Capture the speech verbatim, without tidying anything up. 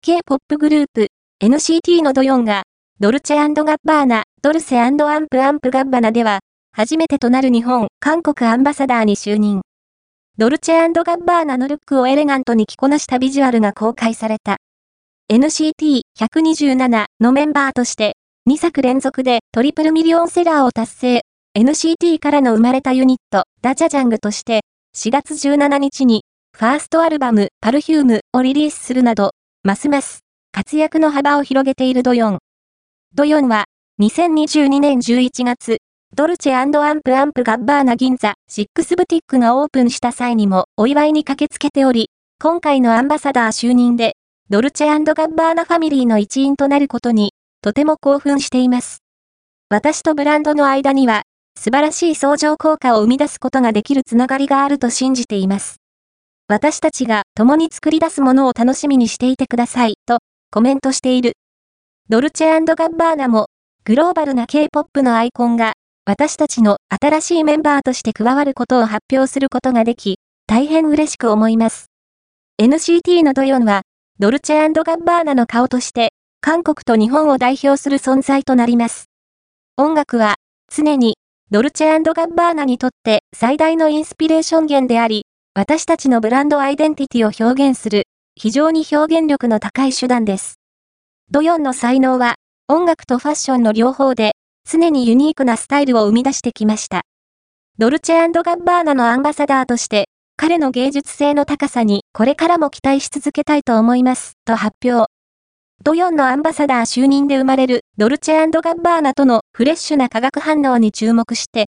K-ポップ グループ エヌシーティー のドヨンが、ドルチェ&ガッバーナ、ドルセ&アンプアンプガッバナでは、初めてとなる日本、韓国アンバサダーに就任。ドルチェ&ガッバーナのルックをエレガントに着こなしたビジュアルが公開された。エヌシーティーひゃくにじゅうなな のメンバーとして、にさく連続でトリプルミリオンセラーを達成。エヌシーティー からの生まれたユニット、ダジャジャングとして、しがつじゅうしちにちに、ファーストアルバム、パルフュームをリリースするなど、ますます活躍の幅を広げているドヨン。ドヨンは、にせんにじゅうにねんじゅういちがつ、ドルチェ&アンプアンプガッバーナ銀座シックスブティックがオープンした際にもお祝いに駆けつけており、今回のアンバサダー就任で、ドルチェ&ガッバーナファミリーの一員となることに、とても興奮しています。私とブランドの間には、素晴らしい相乗効果を生み出すことができるつながりがあると信じています。私たちが共に作り出すものを楽しみにしていてください、とコメントしている。ドルチェ&ガッバーナも、グローバルな K-ポップ のアイコンが、私たちの新しいメンバーとして加わることを発表することができ、大変嬉しく思います。エヌシーティー のドヨンは、ドルチェ&ガッバーナの顔として、韓国と日本を代表する存在となります。音楽は、常に、ドルチェ&ガッバーナにとって最大のインスピレーション源であり、私たちのブランドアイデンティティを表現する、非常に表現力の高い手段です。ドヨンの才能は、音楽とファッションの両方で、常にユニークなスタイルを生み出してきました。ドルチェ&ガッバーナのアンバサダーとして、彼の芸術性の高さにこれからも期待し続けたいと思います、と発表。ドヨンのアンバサダー就任で生まれるドルチェ&ガッバーナとのフレッシュな化学反応に注目して、